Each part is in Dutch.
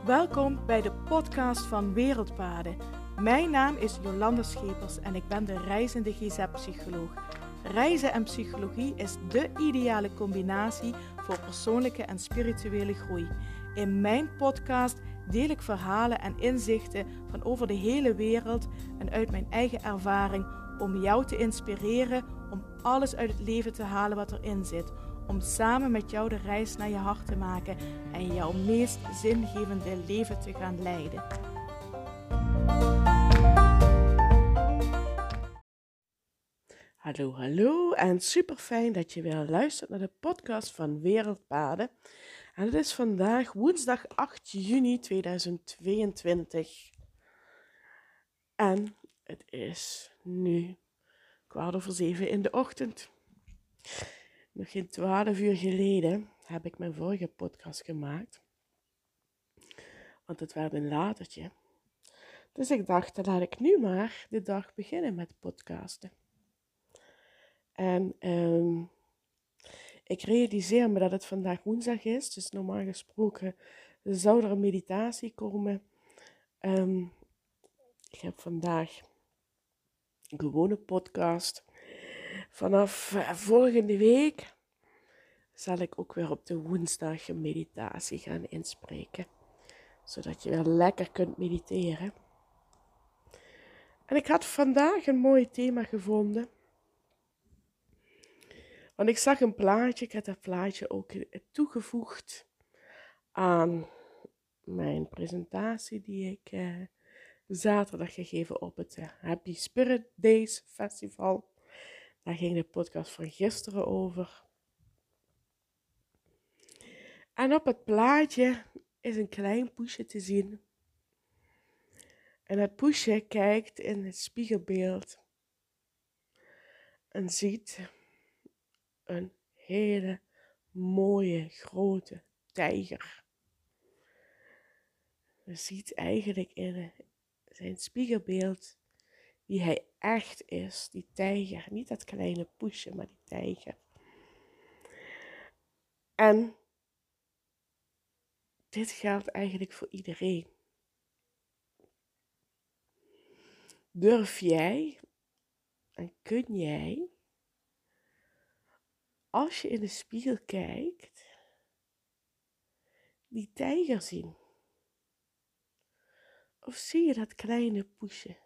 Welkom bij de podcast van Wereldpaden. Mijn naam is Jolanda Schepers en ik ben de reizende GZ-psycholoog. Reizen en psychologie is dé ideale combinatie voor persoonlijke en spirituele groei. In mijn podcast deel ik verhalen en inzichten van over de hele wereld en uit mijn eigen ervaring om jou te inspireren om alles uit het leven te halen wat erin zit. Om samen met jou de reis naar je hart te maken en jouw meest zingevende leven te gaan leiden. Hallo en super fijn dat je weer luistert naar de podcast van Wereldpaden. En het is vandaag woensdag 8 juni 2022. En het is nu 6:15 in de ochtend. Nog geen 12 uur geleden heb ik mijn vorige podcast gemaakt. Want het werd een latertje. Dus ik dacht, dan laat ik nu maar de dag beginnen met podcasten. En ik realiseer me dat het vandaag woensdag is. Dus normaal gesproken zou er een meditatie komen. Ik heb vandaag een gewone podcast. Vanaf volgende week zal ik ook weer op de woensdag een meditatie gaan inspreken. Zodat je weer lekker kunt mediteren. En ik had vandaag een mooi thema gevonden. Want ik zag een plaatje. Ik heb dat plaatje ook toegevoegd aan mijn presentatie die ik zaterdag gegeven op het Happy Spirit Days Festival. Daar ging de podcast van gisteren over. En op het plaatje is een klein poesje te zien. En het poesje kijkt in het spiegelbeeld en ziet een hele mooie grote tijger. Je ziet eigenlijk in zijn spiegelbeeld wie hij echt is, die tijger. Niet dat kleine poesje, maar die tijger. En dit geldt eigenlijk voor iedereen. Durf jij en kun jij, als je in de spiegel kijkt, die tijger zien? Of zie je dat kleine poesje?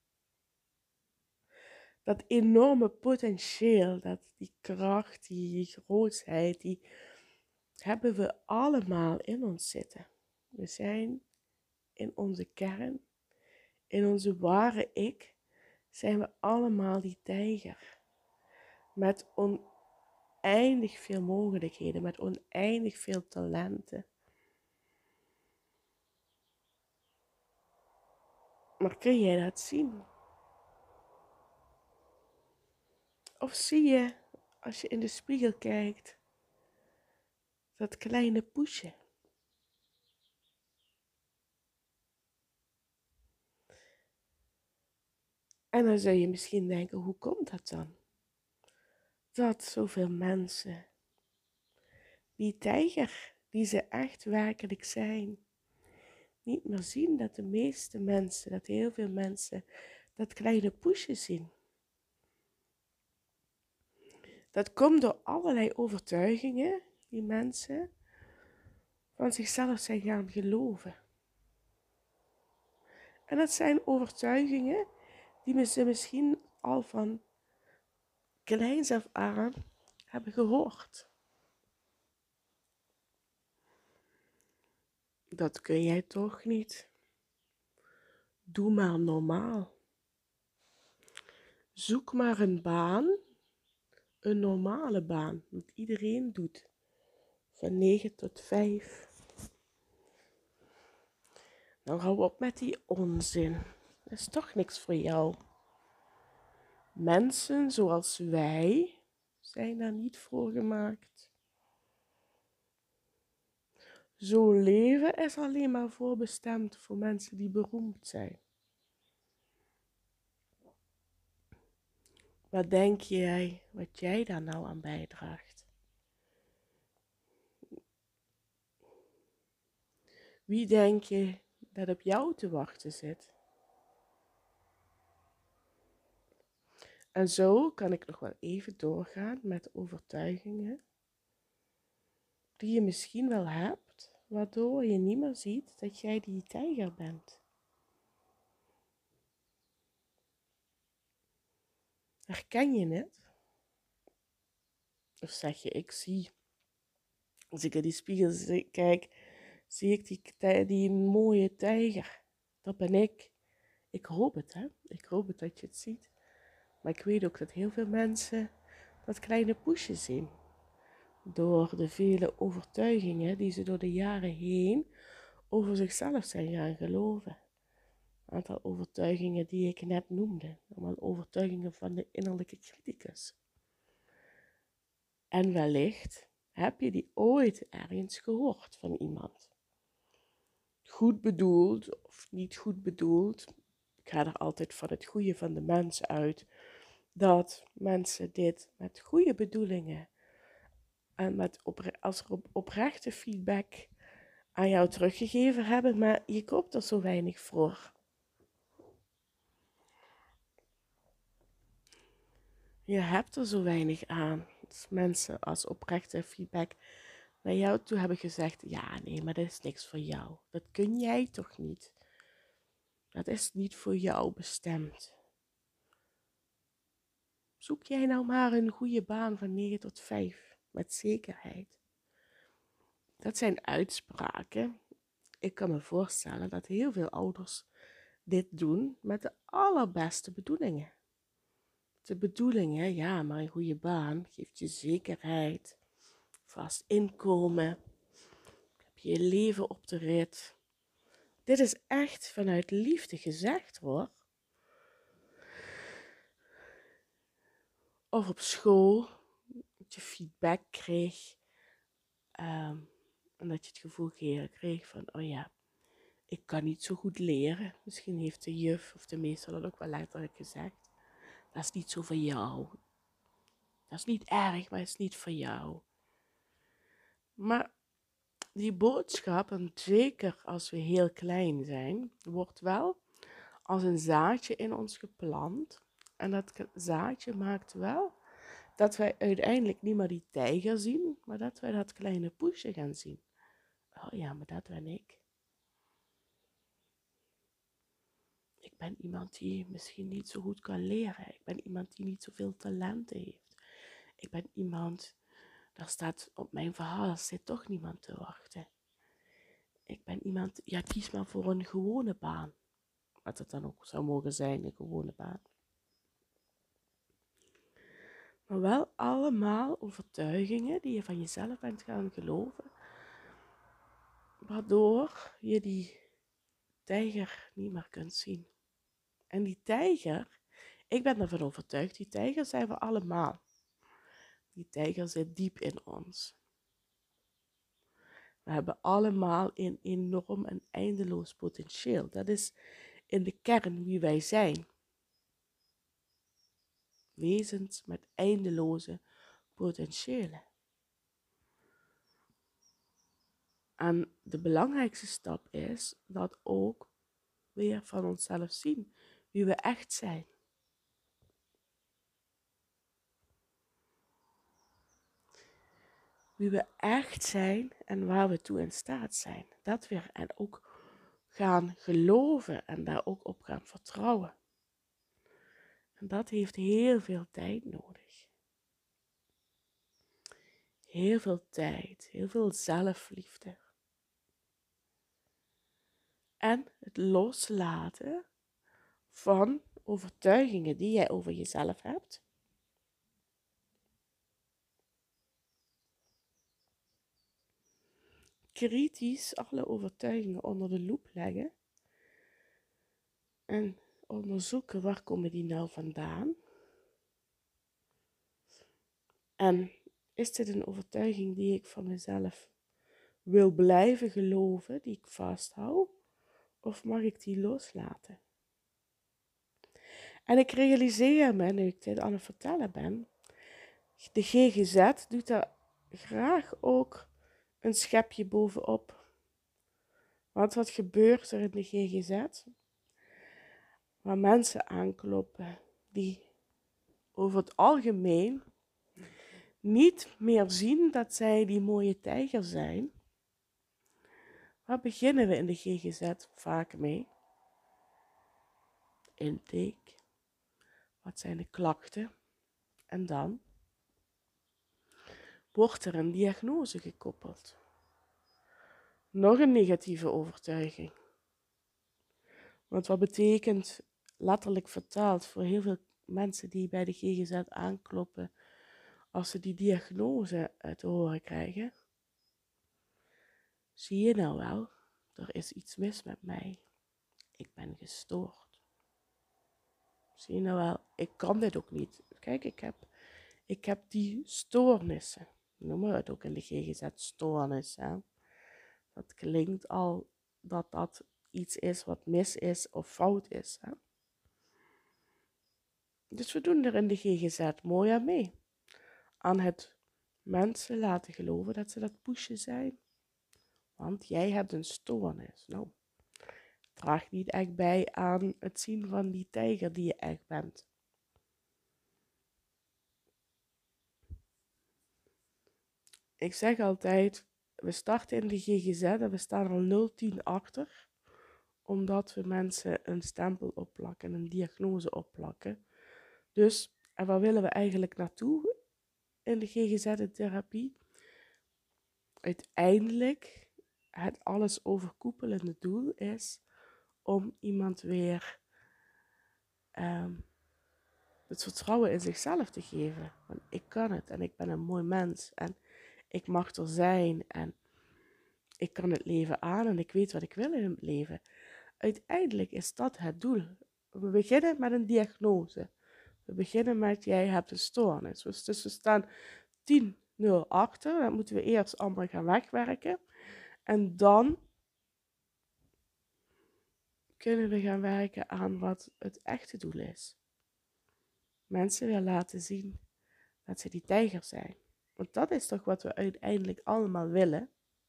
Dat enorme potentieel, die kracht, die grootheid, die hebben we allemaal in ons zitten. We zijn in onze kern, in onze ware ik, zijn we allemaal die tijger. Met oneindig veel mogelijkheden, met oneindig veel talenten. Maar kun jij dat zien? Of zie je, als je in de spiegel kijkt, dat kleine poesje? En dan zou je misschien denken, hoe komt dat dan? Dat zoveel mensen die tijger, die ze echt werkelijk zijn, niet meer zien, dat de meeste mensen, dat heel veel mensen, dat kleine poesje zien. Dat komt door allerlei overtuigingen die mensen van zichzelf zijn gaan geloven. En dat zijn overtuigingen die ze misschien al van kleins af aan hebben gehoord. Dat kun jij toch niet. Doe maar normaal. Zoek maar een baan, een normale baan, wat iedereen doet, van 9 tot 5. Nou, hou op met die onzin. Dat is toch niks voor jou. Mensen zoals wij zijn daar niet voor gemaakt. Zo'n leven is alleen maar voorbestemd voor mensen die beroemd zijn. Wat denk jij, wat jij daar nou aan bijdraagt? Wie denk je dat op jou te wachten zit? En zo kan ik nog wel even doorgaan met overtuigingen die je misschien wel hebt, waardoor je niet meer ziet dat jij die tijger bent. Herken je het? Of zeg je, ik zie, als ik in die spiegel kijk, zie ik die mooie tijger. Dat ben ik. Ik hoop het, hè. Ik hoop het dat je het ziet. Maar ik weet ook dat heel veel mensen dat kleine poesje zien. Door de vele overtuigingen die ze door de jaren heen over zichzelf zijn gaan geloven. Een aantal overtuigingen die ik net noemde. Allemaal overtuigingen van de innerlijke criticus. En wellicht heb je die ooit ergens gehoord van iemand. Goed bedoeld of niet goed bedoeld. Ik ga er altijd van het goede van de mens uit. Dat mensen dit met goede bedoelingen en als er oprechte feedback aan jou teruggegeven hebben, maar je koopt er zo weinig voor. Je hebt er zo weinig aan. Dus mensen als oprechte feedback naar jou toe hebben gezegd, ja nee, maar dat is niks voor jou. Dat kun jij toch niet. Dat is niet voor jou bestemd. Zoek jij nou maar een goede baan van 9 tot 5, met zekerheid. Dat zijn uitspraken. Ik kan me voorstellen dat heel veel ouders dit doen met de allerbeste bedoelingen. De bedoelingen, ja, maar een goede baan geeft je zekerheid, vast inkomen, heb je leven op de rit. Dit is echt vanuit liefde gezegd hoor. Of op school, dat je feedback kreeg. En dat je het gevoel kreeg van, oh ja, ik kan niet zo goed leren. Misschien heeft de juf of de meester dat ook wel letterlijk gezegd. Dat is niet zo voor jou. Dat is niet erg, maar het is niet voor jou. Maar die boodschap, en zeker als we heel klein zijn, wordt wel als een zaadje in ons geplant. En dat zaadje maakt wel dat wij uiteindelijk niet meer die tijger zien, maar dat wij dat kleine poesje gaan zien. Oh ja, maar dat ben ik. Ik ben iemand die misschien niet zo goed kan leren. Ik ben iemand die niet zoveel talenten heeft. Ik ben iemand, daar staat op mijn verhaal, zit toch niemand te wachten. Ik ben iemand, ja, kies maar voor een gewone baan. Wat het dan ook zou mogen zijn, een gewone baan. Maar wel allemaal overtuigingen die je van jezelf bent gaan geloven. Waardoor je die tijger niet meer kunt zien. En die tijger, ik ben ervan overtuigd, die tijger zijn we allemaal. Die tijger zit diep in ons. We hebben allemaal een enorm en eindeloos potentieel. Dat is in de kern wie wij zijn. Wezens met eindeloze potentiëlen. En de belangrijkste stap is dat ook weer van onszelf zien wie we echt zijn. Wie we echt zijn en waar we toe in staat zijn. Dat weer en ook gaan geloven en daar ook op gaan vertrouwen. En dat heeft heel veel tijd nodig. Heel veel tijd, heel veel zelfliefde. En het loslaten van overtuigingen die jij over jezelf hebt. Kritisch alle overtuigingen onder de loep leggen. En onderzoeken waar komen die nou vandaan. En is dit een overtuiging die ik van mezelf wil blijven geloven, die ik vasthoud? Of mag ik die loslaten? En ik realiseer me, nu ik dit aan het vertellen ben, de GGZ doet daar graag ook een schepje bovenop. Want wat gebeurt er in de GGZ? Waar mensen aankloppen die over het algemeen niet meer zien dat zij die mooie tijger zijn. Waar beginnen we in de GGZ vaak mee? Intake. Wat zijn de klachten? En dan wordt er een diagnose gekoppeld. Nog een negatieve overtuiging. Want wat betekent letterlijk vertaald voor heel veel mensen die bij de GGZ aankloppen als ze die diagnose te horen krijgen? Zie je nou wel, er is iets mis met mij. Ik ben gestoord. Zie je nou wel, ik kan dit ook niet. Kijk, ik heb die stoornissen. Noemen we het ook in de GGZ stoornis. Hè? Dat klinkt al dat iets is wat mis is of fout is. Hè? Dus we doen er in de GGZ mooi aan mee. Aan het mensen laten geloven dat ze dat pushen zijn. Want jij hebt een stoornis. Nou, draagt niet echt bij aan het zien van die tijger die je echt bent. Ik zeg altijd, we starten in de GGZ en we staan al 0-10 achter. Omdat we mensen een stempel opplakken, een diagnose opplakken. Dus, en waar willen we eigenlijk naartoe in de GGZ-therapie? Uiteindelijk, het alles overkoepelende doel is om iemand weer het vertrouwen in zichzelf te geven. Want ik kan het en ik ben een mooi mens en ik mag er zijn en ik kan het leven aan en ik weet wat ik wil in het leven. Uiteindelijk is dat het doel. We beginnen met een diagnose. We beginnen met jij hebt een stoornis. Dus we staan 10-0 achter. Dat moeten we eerst allemaal gaan wegwerken. En dan kunnen we gaan werken aan wat het echte doel is. Mensen weer laten zien dat ze die tijger zijn. Want dat is toch wat we uiteindelijk allemaal willen.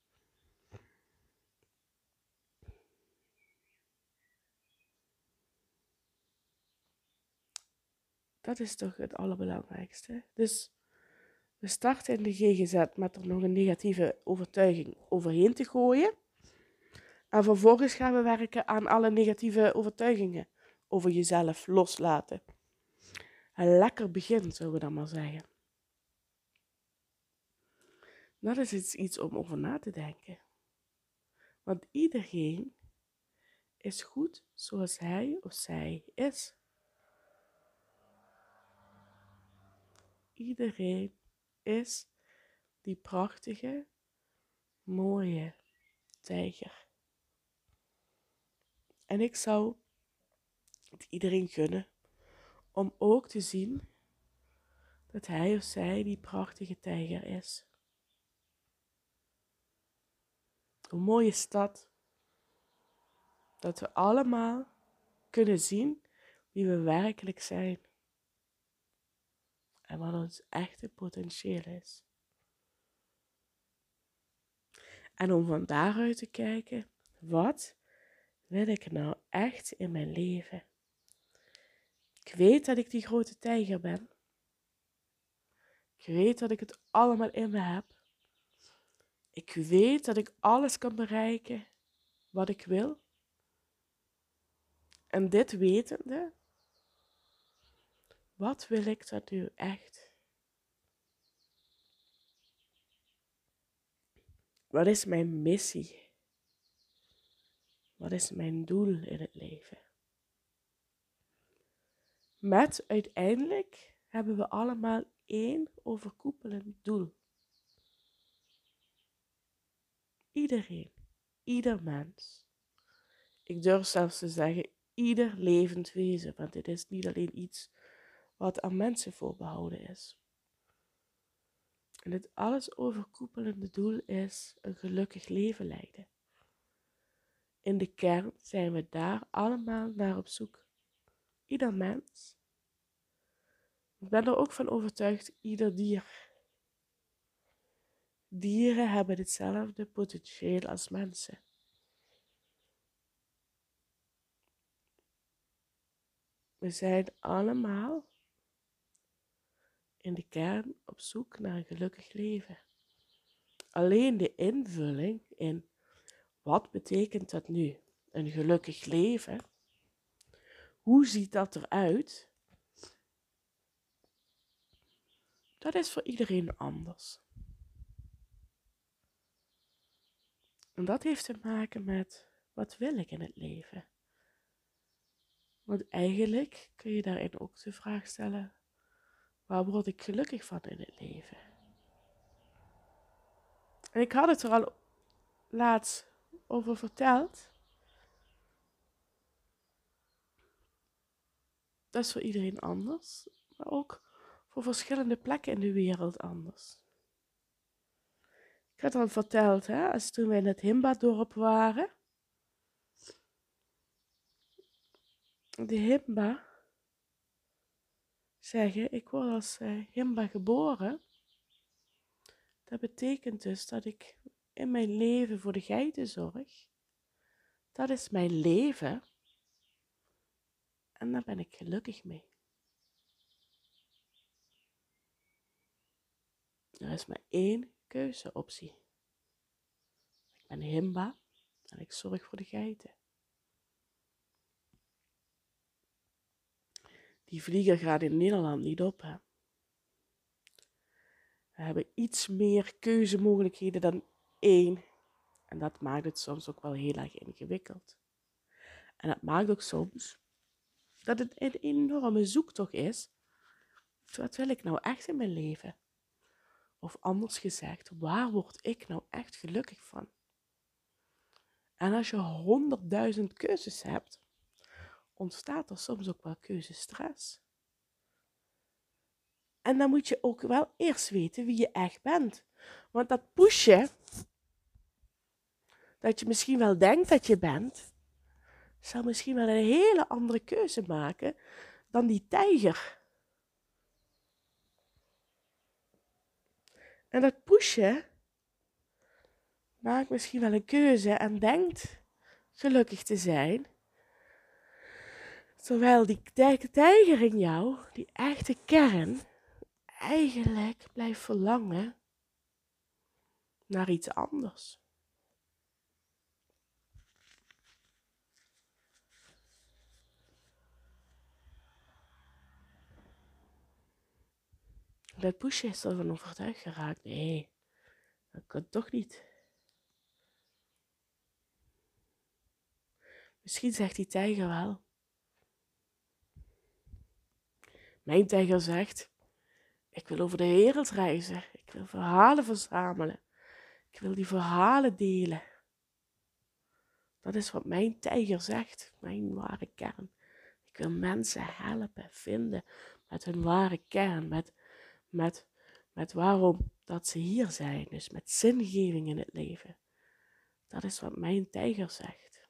Dat is toch het allerbelangrijkste. Dus we starten in de GGZ met er nog een negatieve overtuiging overheen te gooien. En vervolgens gaan we werken aan alle negatieve overtuigingen over jezelf loslaten. Een lekker begin, zullen we dan maar zeggen. Dat is iets om over na te denken. Want iedereen is goed zoals hij of zij is. Iedereen is die prachtige, mooie tijger. En ik zou het iedereen gunnen om ook te zien dat hij of zij die prachtige tijger is. Hoe mooi is dat? Dat we allemaal kunnen zien wie we werkelijk zijn. En wat ons echte potentieel is. En om van daaruit te kijken, wat wil ik nou echt in mijn leven? Ik weet dat ik die grote tijger ben. Ik weet dat ik het allemaal in me heb. Ik weet dat ik alles kan bereiken wat ik wil. En dit wetende, wat wil ik dat nu echt? Wat is mijn missie? Wat is mijn doel in het leven? Met uiteindelijk hebben we allemaal één overkoepelend doel. Iedereen, ieder mens. Ik durf zelfs te zeggen, ieder levend wezen, want dit is niet alleen iets wat aan mensen voorbehouden is. En het alles overkoepelende doel is een gelukkig leven leiden. In de kern zijn we daar allemaal naar op zoek. Ieder mens. Ik ben er ook van overtuigd, ieder dier. Dieren hebben hetzelfde potentieel als mensen. we zijn allemaal in de kern op zoek naar een gelukkig leven. Alleen de invulling in wat betekent dat nu? Een gelukkig leven? Hoe ziet dat eruit? Dat is voor iedereen anders. En dat heeft te maken met, wat wil ik in het leven? Want eigenlijk kun je daarin ook de vraag stellen, waar word ik gelukkig van in het leven? En ik had het er al laatst over verteld. Dat is voor iedereen anders, maar ook voor verschillende plekken in de wereld anders. Ik had al verteld, als toen we in het Himba-dorp waren. De Himba zeggen, ik word als Himba geboren. Dat betekent dus dat ik in mijn leven voor de geiten zorg. Dat is mijn leven. En daar ben ik gelukkig mee. Er is maar één keuzeoptie. Ik ben Himba en ik zorg voor de geiten. Die vlieger gaat in Nederland niet op, hè. We hebben iets meer keuzemogelijkheden dan één. En dat maakt het soms ook wel heel erg ingewikkeld. En dat maakt ook soms dat het een enorme zoektocht is. Wat wil ik nou echt in mijn leven? Of anders gezegd, waar word ik nou echt gelukkig van? En als je 100.000 keuzes hebt, ontstaat er soms ook wel keuzestress. En dan moet je ook wel eerst weten wie je echt bent. Want dat pushen, dat je misschien wel denkt dat je bent, zou misschien wel een hele andere keuze maken dan die tijger. En dat pushen maakt misschien wel een keuze en denkt gelukkig te zijn. Terwijl die tijger in jou, die echte kern, eigenlijk blijft verlangen naar iets anders. Dat pushen is ervan overtuigd geraakt. Nee, dat kan toch niet. Misschien zegt die tijger wel. Mijn tijger zegt, ik wil over de wereld reizen. Ik wil verhalen verzamelen. Ik wil die verhalen delen. Dat is wat mijn tijger zegt, mijn ware kern. Ik wil mensen helpen, vinden met hun ware kern, met waarom dat ze hier zijn. Dus met zingeving in het leven. Dat is wat mijn tijger zegt.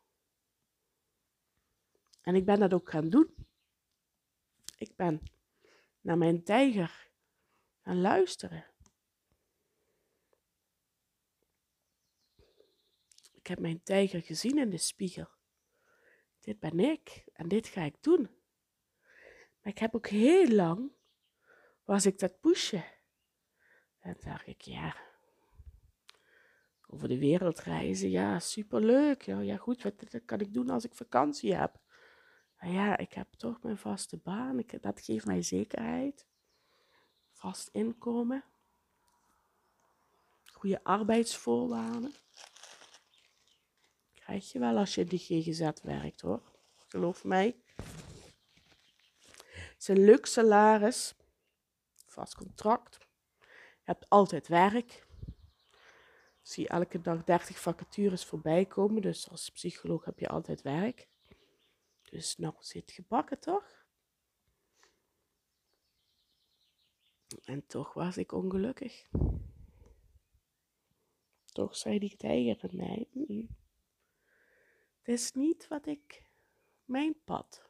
En ik ben dat ook gaan doen. Ik ben naar mijn tijger gaan luisteren. Ik heb mijn tijger gezien in de spiegel. Dit ben ik en dit ga ik doen. Maar ik heb ook heel lang, was ik dat pushen. En dacht ik, ja, over de wereld reizen, ja, superleuk. Ja, goed, wat kan ik doen als ik vakantie heb? Maar ja, ik heb toch mijn vaste baan. Dat geeft mij zekerheid. Vast inkomen. Goede arbeidsvoorwaarden. Krijg je wel als je in de GGZ werkt, hoor. Geloof mij. Het is een leuk salaris. Vast contract. Je hebt altijd werk. Zie elke dag 30 vacatures voorbij komen. Dus als psycholoog heb je altijd werk. Dus nou zit gebakken, toch? En toch was ik ongelukkig. Toch zei die tijger in mij. Het is niet mijn pad.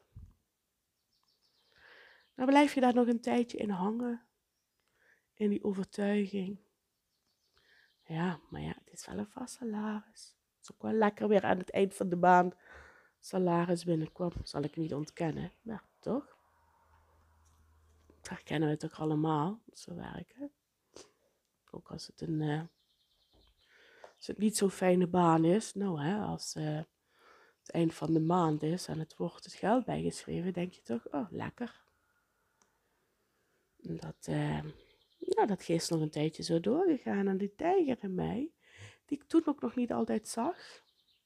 Dan blijf je daar nog een tijdje in hangen. In die overtuiging. Ja, maar ja, het is wel een vast salaris. Het is ook wel lekker weer aan het eind van de baan salaris binnenkwam. Zal ik niet ontkennen, maar toch? Dat herkennen we toch allemaal, zo werken. Ook als het als het niet zo'n fijne baan is. Nou, als het eind van de maand is en het wordt het geld bijgeschreven, denk je toch, oh, lekker. En dat is nog een tijdje zo doorgegaan. En die tijger in mij, die ik toen ook nog niet altijd zag.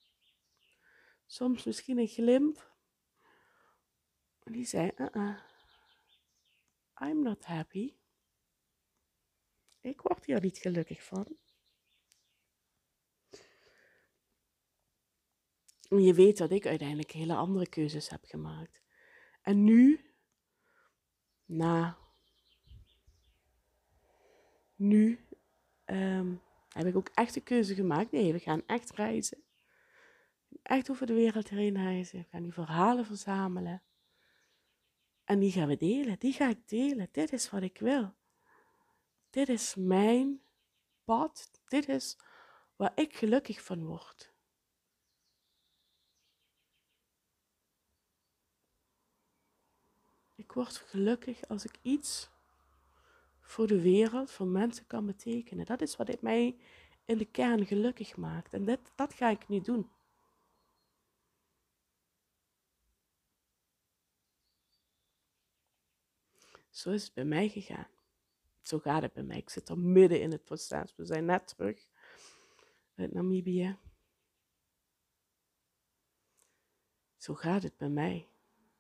Soms misschien een glimp. En die zei, I'm not happy. Ik word hier niet gelukkig van. En je weet dat ik uiteindelijk hele andere keuzes heb gemaakt. En nu, heb ik ook echt de keuze gemaakt. Nee, we gaan echt reizen. Echt over de wereld heen reizen. We gaan die verhalen verzamelen. En die gaan we delen. Die ga ik delen. Dit is wat ik wil. Dit is mijn pad. Dit is waar ik gelukkig van word. Ik word gelukkig als ik iets voor de wereld, voor mensen kan betekenen. Dat is wat mij in de kern gelukkig maakt. En dat ga ik nu doen. Zo is het bij mij gegaan. Zo gaat het bij mij. Ik zit er midden in het proces. We zijn net terug uit Namibië. Zo gaat het bij mij.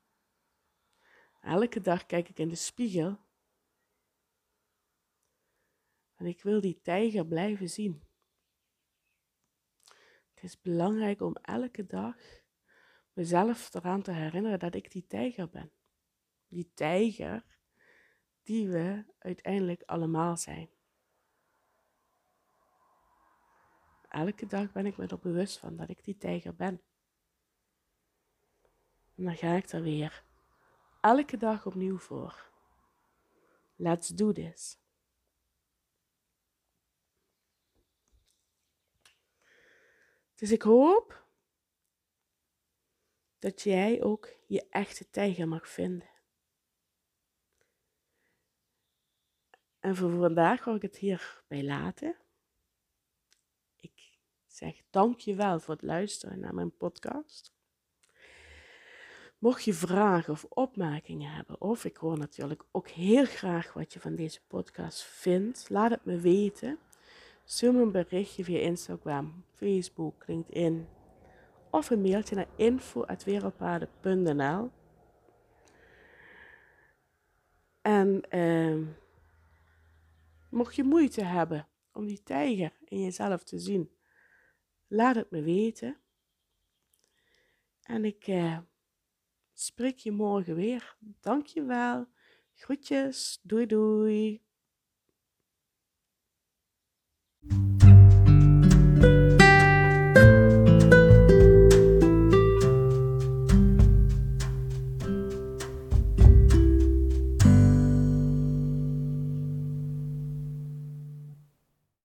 Elke dag kijk ik in de spiegel. En ik wil die tijger blijven zien. Het is belangrijk om elke dag mezelf eraan te herinneren dat ik die tijger ben. Die tijger die we uiteindelijk allemaal zijn. Elke dag ben ik me er bewust van dat ik die tijger ben. En dan ga ik er weer elke dag opnieuw voor. Let's do this. Dus ik hoop dat jij ook je echte tijger mag vinden. En voor vandaag ga ik het hierbij laten. Ik zeg dankjewel voor het luisteren naar mijn podcast. Mocht je vragen of opmerkingen hebben, of ik hoor natuurlijk ook heel graag wat je van deze podcast vindt, laat het me weten. Stuur me een berichtje via Instagram, Facebook, LinkedIn of een mailtje naar info@wereldpaden.nl. En mocht je moeite hebben om die tijger in jezelf te zien, laat het me weten. En ik spreek je morgen weer. Dankjewel. Groetjes. Doei doei.